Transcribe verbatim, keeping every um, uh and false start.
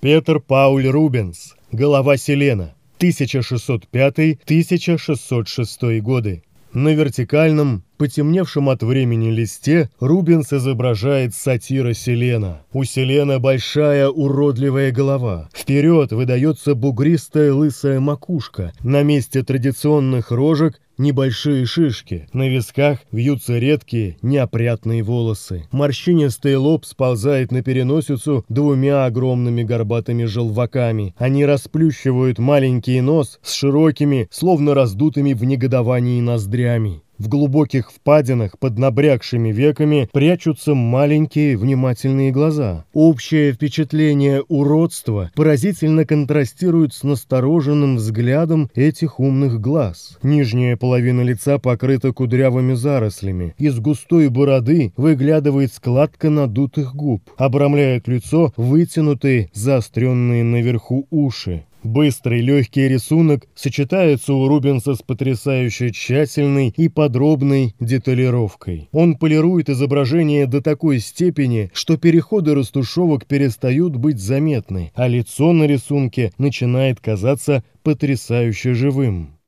Петер Пауль Рубенс. Голова Селена. тысяча шестьсот пятый — тысяча шестьсот шестой годы. На вертикальном, потемневшем от времени листе Рубенс изображает сатира Селена. У Селена большая уродливая голова. Вперед выдается бугристая лысая макушка. На месте традиционных рожек небольшие шишки. На висках вьются редкие, неопрятные волосы. Морщинистый лоб сползает на переносицу двумя огромными горбатыми желваками. Они расплющивают маленький нос с широкими, словно раздутыми в негодовании ноздрями. В глубоких впадинах под набрякшими веками прячутся маленькие внимательные глаза. Общее впечатление уродства поразительно контрастирует с настороженным взглядом этих умных глаз. Нижняя половина лица покрыта кудрявыми зарослями. Из густой бороды выглядывает складка надутых губ. Обрамляют лицо вытянутые, заостренные наверху уши. Быстрый легкий рисунок сочетается у Рубенса с потрясающе тщательной и подробной деталировкой. Он полирует изображение до такой степени, что переходы растушевок перестают быть заметны, а лицо на рисунке начинает казаться потрясающе живым.